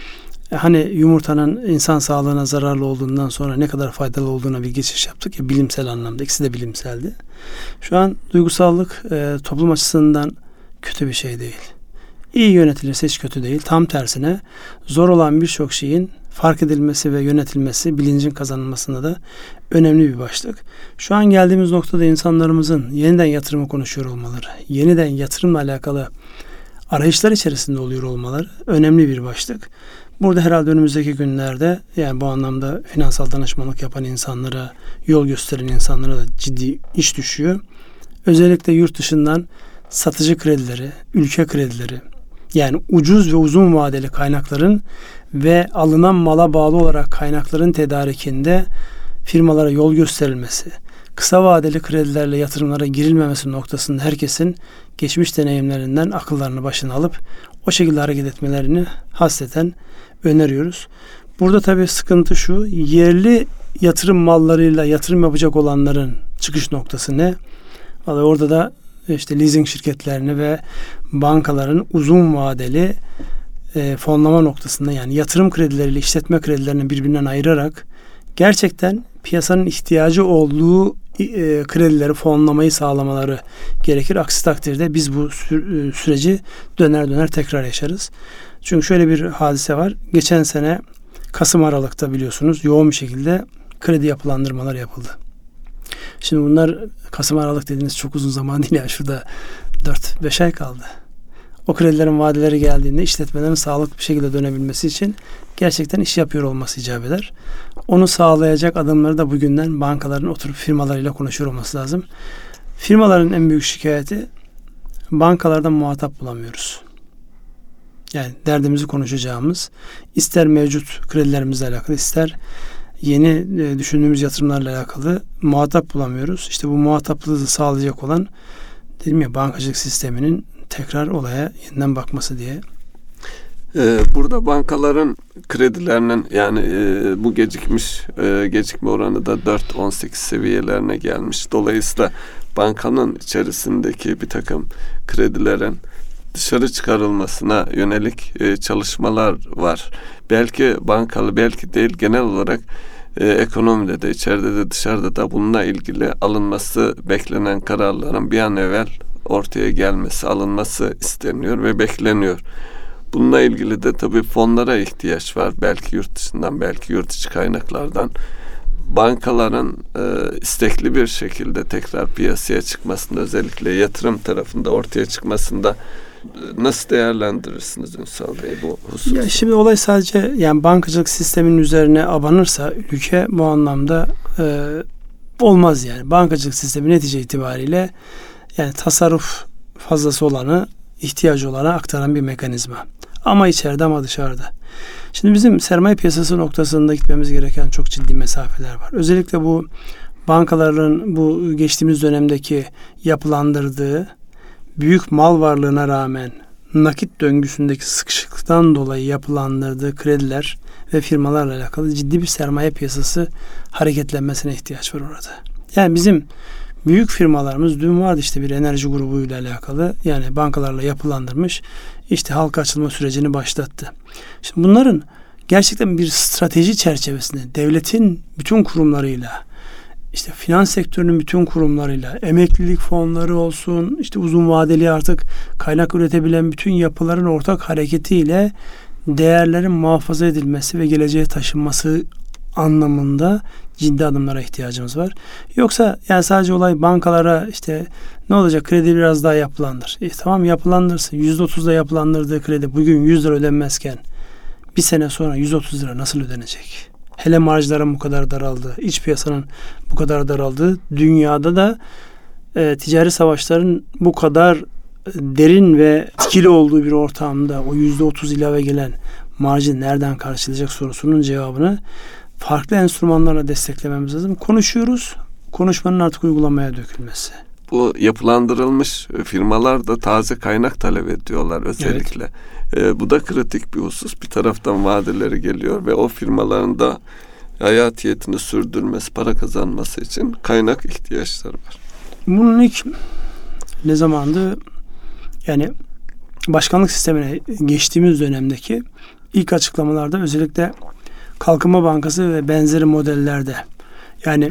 hani yumurtanın insan sağlığına zararlı olduğundan sonra ne kadar faydalı olduğuna bir geçiş yaptık ya, bilimsel anlamda. İkisi de bilimseldi. Şu an duygusallık e, toplum açısından kötü bir şey değil. İyi yönetilirse hiç kötü değil. Tam tersine zor olan birçok şeyin fark edilmesi ve yönetilmesi, bilincin kazanılmasında da önemli bir başlık. Şu an geldiğimiz noktada insanlarımızın yeniden yatırımı konuşuyor olmaları, yeniden yatırımla alakalı arayışlar içerisinde oluyor olmaları önemli bir başlık. Burada herhalde önümüzdeki günlerde, yani bu anlamda finansal danışmanlık yapan insanlara, yol gösteren insanlara da ciddi iş düşüyor. Özellikle yurt dışından satıcı kredileri, ülke kredileri, yani ucuz ve uzun vadeli kaynakların ve alınan mala bağlı olarak kaynakların tedarikinde firmalara yol gösterilmesi, kısa vadeli kredilerle yatırımlara girilmemesi noktasında herkesin geçmiş deneyimlerinden akıllarını başına alıp o şekilde hareket etmelerini hasreten öneriyoruz. Burada tabii sıkıntı şu, yerli yatırım mallarıyla yatırım yapacak olanların çıkış noktası ne? Vallahi orada da işte leasing şirketlerini ve bankaların uzun vadeli e, fonlama noktasında, yani yatırım kredileriyle işletme kredilerini birbirinden ayırarak gerçekten piyasanın ihtiyacı olduğu e, kredileri fonlamayı sağlamaları gerekir. Aksi takdirde biz bu sü- süreci döner döner tekrar yaşarız. Çünkü şöyle bir hadise var. Geçen sene Kasım Aralık'ta biliyorsunuz yoğun bir şekilde kredi yapılandırmaları yapıldı. Şimdi bunlar Kasım Aralık dediğiniz çok uzun zaman değil ya, şurada dört beş ay kaldı. O kredilerin vadeleri geldiğinde işletmelerin sağlıklı bir şekilde dönebilmesi için gerçekten iş yapıyor olması icap eder. Onu sağlayacak adımları da bugünden bankaların oturup firmalarıyla konuşuyor olması lazım. Firmaların en büyük şikayeti, bankalardan muhatap bulamıyoruz. Yani derdimizi konuşacağımız, ister mevcut kredilerimizle alakalı, ister yeni e, düşündüğümüz yatırımlarla alakalı muhatap bulamıyoruz. İşte bu muhataplığı sağlayacak olan, dedim ya, bankacılık sisteminin tekrar olaya yeniden bakması diye. Ee, burada bankaların kredilerinin, yani e, bu gecikmiş e, gecikme oranı da dört virgül on sekiz seviyelerine gelmiş. Dolayısıyla bankanın içerisindeki bir takım kredilerin dışarı çıkarılmasına yönelik e, çalışmalar var. Belki bankalı, belki değil, genel olarak e, ekonomide de, içeride de dışarıda da bununla ilgili alınması beklenen kararların bir an evvel ortaya gelmesi, alınması isteniyor ve bekleniyor. Bununla ilgili de tabii fonlara ihtiyaç var. Belki yurt dışından, belki yurt içi kaynaklardan. Bankaların e, istekli bir şekilde tekrar piyasaya çıkmasında, özellikle yatırım tarafında ortaya çıkmasında e, nasıl değerlendirirsiniz Ünsal Bey bu hususu? Ya şimdi olay sadece, yani bankacılık sisteminin üzerine abanırsa ülke bu anlamda e, olmaz yani. Bankacılık sistemi netice itibariyle yani tasarruf fazlası olanı ihtiyacı olana aktaran bir mekanizma. Ama içeride ama dışarıda. Şimdi bizim sermaye piyasası noktasında gitmemiz gereken çok ciddi mesafeler var. Özellikle bu bankaların bu geçtiğimiz dönemdeki yapılandırdığı büyük mal varlığına rağmen nakit döngüsündeki sıkışıklıktan dolayı yapılandırdığı krediler ve firmalarla alakalı ciddi bir sermaye piyasası hareketlenmesine ihtiyaç var orada. Yani bizim büyük firmalarımız, dün vardı işte bir enerji grubuyla alakalı, yani bankalarla yapılandırmış, işte halka açılma sürecini başlattı. Şimdi bunların gerçekten bir strateji çerçevesinde devletin bütün kurumlarıyla, işte finans sektörünün bütün kurumlarıyla, emeklilik fonları olsun, işte uzun vadeli artık kaynak üretebilen bütün yapıların ortak hareketiyle değerlerin muhafaza edilmesi ve geleceğe taşınması anlamında ciddi adımlara ihtiyacımız var. Yoksa yani sadece olay bankalara işte ne olacak, kredi biraz daha yapılandır. E, tamam yapılandırsın. yüzde otuzla yapılandırdığı kredi bugün yüz lira ödenmezken bir sene sonra yüz otuz lira nasıl ödenecek? Hele marjların bu kadar daraldığı, iç piyasanın bu kadar daraldığı, dünyada da e, ticari savaşların bu kadar derin ve etkili olduğu bir ortamda o yüzde otuz ilave gelen marjı nereden karşılayacak sorusunun cevabını farklı enstrümanlarla desteklememiz lazım. Konuşuyoruz. Konuşmanın artık uygulamaya dökülmesi. Bu yapılandırılmış firmalar da taze kaynak talep ediyorlar özellikle. Evet. E, bu da kritik bir husus. Bir taraftan vadeleri geliyor ve o firmaların da hayatiyetini sürdürmesi, para kazanması için kaynak ihtiyaçları var. Bunun ilk ne zamandı? Yani başkanlık sistemine geçtiğimiz dönemdeki ilk açıklamalarda özellikle Kalkınma Bankası ve benzeri modellerde, yani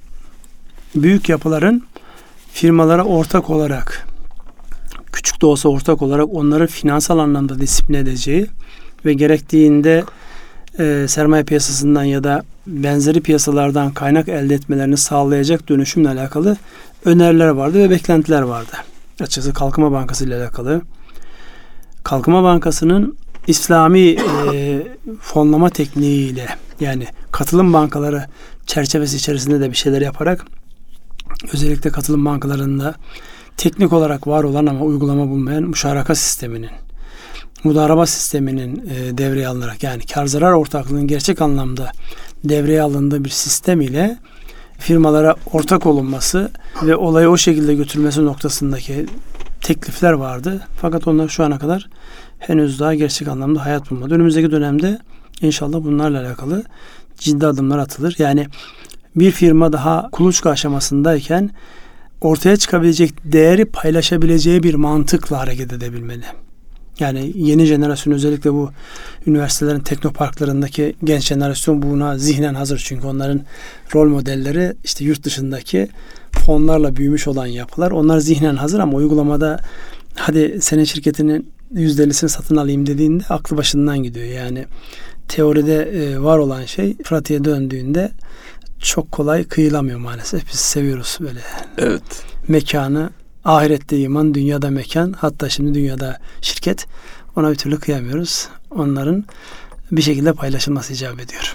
büyük yapıların firmalara ortak olarak, küçük de olsa ortak olarak onları finansal anlamda disipline edeceği ve gerektiğinde e, sermaye piyasasından ya da benzeri piyasalardan kaynak elde etmelerini sağlayacak dönüşümle alakalı öneriler vardı ve beklentiler vardı. Açıkçası Kalkınma Bankası ile alakalı. Kalkınma Bankası'nın İslami e, fonlama tekniğiyle, yani katılım bankaları çerçevesi içerisinde de bir şeyler yaparak, özellikle katılım bankalarında teknik olarak var olan ama uygulama bulmayan müşaraka sisteminin, mudaraba sisteminin e, devreye alınarak, yani kar zarar ortaklığının gerçek anlamda devreye alındığı bir sistem ile firmalara ortak olunması ve olayı o şekilde götürmesi noktasındaki teklifler vardı. Fakat onlar şu ana kadar henüz daha gerçek anlamda hayat bulmadı. Önümüzdeki dönemde inşallah bunlarla alakalı ciddi adımlar atılır. Yani bir firma daha kuluçka aşamasındayken ortaya çıkabilecek değeri paylaşabileceği bir mantıkla hareket edebilmeli. Yani yeni jenerasyon, özellikle bu üniversitelerin teknoparklarındaki genç jenerasyon buna zihnen hazır. Çünkü onların rol modelleri işte yurt dışındaki fonlarla büyümüş olan yapılar. Onlar zihnen hazır ama uygulamada hadi senin şirketinin yüzde ellisini satın alayım dediğinde aklı başından gidiyor. Yani teoride var olan şey pratiğe döndüğünde çok kolay kıyılamıyor maalesef. Biz seviyoruz böyle. Evet. Mekanı, ahirette iman, dünyada mekan, hatta şimdi dünyada şirket. Ona bir türlü kıyamıyoruz. Onların bir şekilde paylaşılması icap ediyor.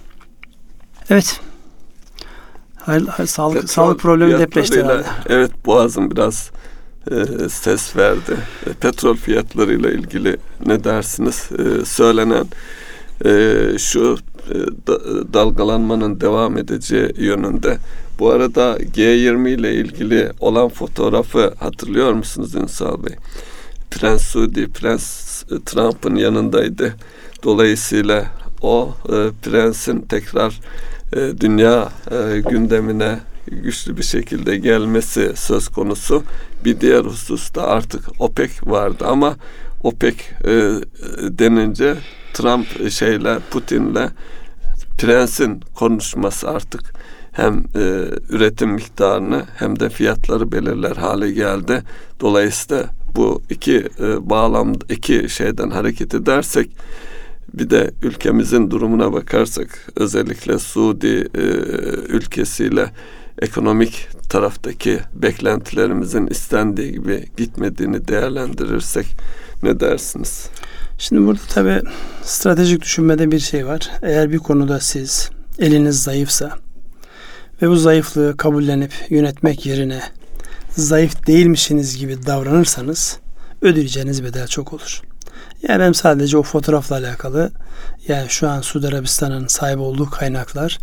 Evet. Hayır, hayır, sağlık, Petrol sağlık problemi depreşti herhalde. Evet, boğazım biraz e, ses verdi. E, petrol fiyatlarıyla ilgili ne dersiniz? E, söylenen e, şu e, da, dalgalanmanın devam edeceği yönünde. Bu arada G yirmi ile ilgili olan fotoğrafı hatırlıyor musunuz Ünsal Bey? Prens Suudi, Prens Trump'ın yanındaydı. Dolayısıyla o e, prensin tekrar e, dünya e, gündemine güçlü bir şekilde gelmesi söz konusu. Bir diğer hususta artık OPEC vardı ama OPEC e, denince Trump şeyle, Putin'le prensin konuşması artık hem e, üretim miktarını hem de fiyatları belirler hale geldi. Dolayısıyla bu iki e, bağlam iki şeyden hareket edersek, bir de ülkemizin durumuna bakarsak, özellikle Suudi e, ülkesiyle ekonomik taraftaki beklentilerimizin istendiği gibi gitmediğini değerlendirirsek ne dersiniz? Şimdi burada tabii stratejik düşünmede bir şey var. Eğer bir konuda siz eliniz zayıfsa ve bu zayıflığı kabullenip yönetmek yerine zayıf değilmişsiniz gibi davranırsanız ödeyeceğiniz bedel çok olur. Yani ben sadece o fotoğrafla alakalı, yani şu an Suudi Arabistan'ın sahip olduğu kaynaklar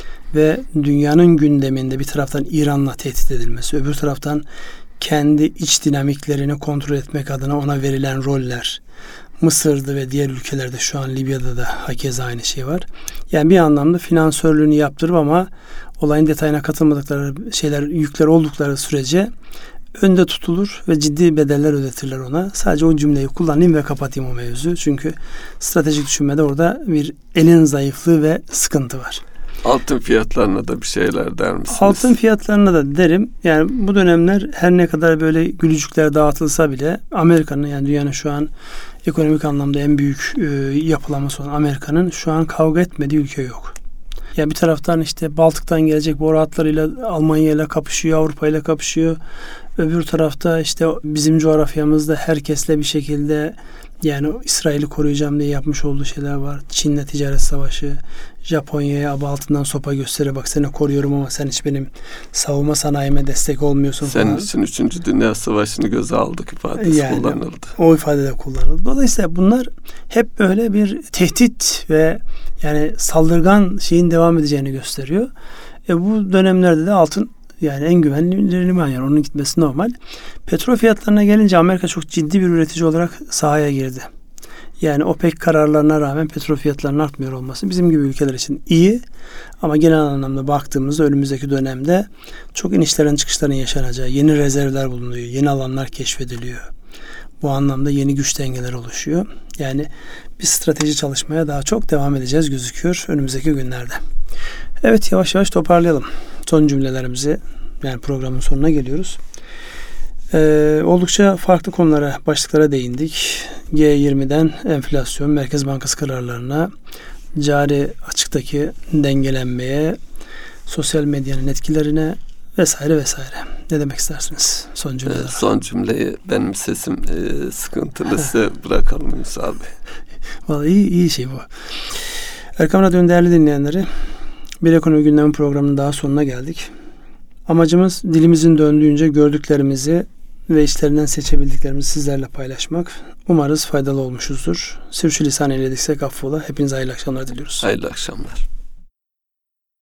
ve dünyanın gündeminde bir taraftan İran'la tehdit edilmesi, öbür taraftan kendi iç dinamiklerini kontrol etmek adına ona verilen roller, Mısır'da ve diğer ülkelerde, şu an Libya'da da hakeza aynı şey var. Yani bir anlamda finansörlüğünü yaptırıp ama olayın detayına katılmadıkları şeyler, yükler oldukları sürece önde tutulur ve ciddi bedeller ödetirler ona. Sadece o cümleyi kullanayım ve kapatayım o mevzu. Çünkü stratejik düşünmede orada bir elin zayıflığı ve sıkıntı var. Altın fiyatlarına da bir şeyler der misiniz? Altın fiyatlarına da derim. Yani bu dönemler her ne kadar böyle gülücükler dağıtılsa bile Amerika'nın, yani dünyanın şu an ekonomik anlamda en büyük e, yapılaması olan Amerika'nın şu an kavga etmediği ülke yok. Ya bir taraftan işte Baltık'tan gelecek boru hatlarıyla Almanya ile kapışıyor, Avrupa ile kapışıyor. Öbür tarafta işte bizim coğrafyamızda herkesle bir şekilde, yani İsrail'i koruyacağım diye yapmış olduğu şeyler var. Çin'le ticaret savaşı, Japonya'ya aba altından sopa göstere, bak seni koruyorum ama sen hiç benim savunma sanayime destek olmuyorsun Senin falan. için üçüncü Dünya Savaşı'nı göze aldık ifadesi yani, kullanıldı. O ifade de kullanıldı. Dolayısıyla bunlar hep böyle bir tehdit ve yani saldırgan şeyin devam edeceğini gösteriyor. E bu dönemlerde de altın yani en güvenli liman, yani onun gitmesi normal. Petrol fiyatlarına gelince Amerika çok ciddi bir üretici olarak sahaya girdi. Yani OPEC kararlarına rağmen petrol fiyatlarının artmıyor olması bizim gibi ülkeler için iyi. Ama genel anlamda baktığımızda önümüzdeki dönemde çok inişlerin çıkışların yaşanacağı, yeni rezervler bulunuyor, yeni alanlar keşfediliyor. Bu anlamda yeni güç dengeleri oluşuyor. Yani bir strateji çalışmaya daha çok devam edeceğiz gözüküyor önümüzdeki günlerde. Evet, yavaş yavaş toparlayalım son cümlelerimizi. Yani programın sonuna geliyoruz. Ee, oldukça farklı konulara, başlıklara değindik. G yirmiden enflasyon, Merkez Bankası kararlarına, cari açıktaki dengelenmeye, sosyal medyanın etkilerine vesaire vesaire. Ne demek istersiniz son cümleler? Ee, son cümleyi benim sesim e, sıkıntılısı bırakalım Ünsal Bey. Vallahi iyi, iyi şey bu. Erkam Radyo'nun değerli dinleyenleri, bir ekonomi gündemi programının daha sonuna geldik. Amacımız dilimizin döndüğünce gördüklerimizi ve işlerinden seçebildiklerimizi sizlerle paylaşmak. Umarız faydalı olmuşuzdur. Sürçülisan eylediksek affola. Hepinize hayırlı akşamlar diliyoruz. Hayırlı akşamlar.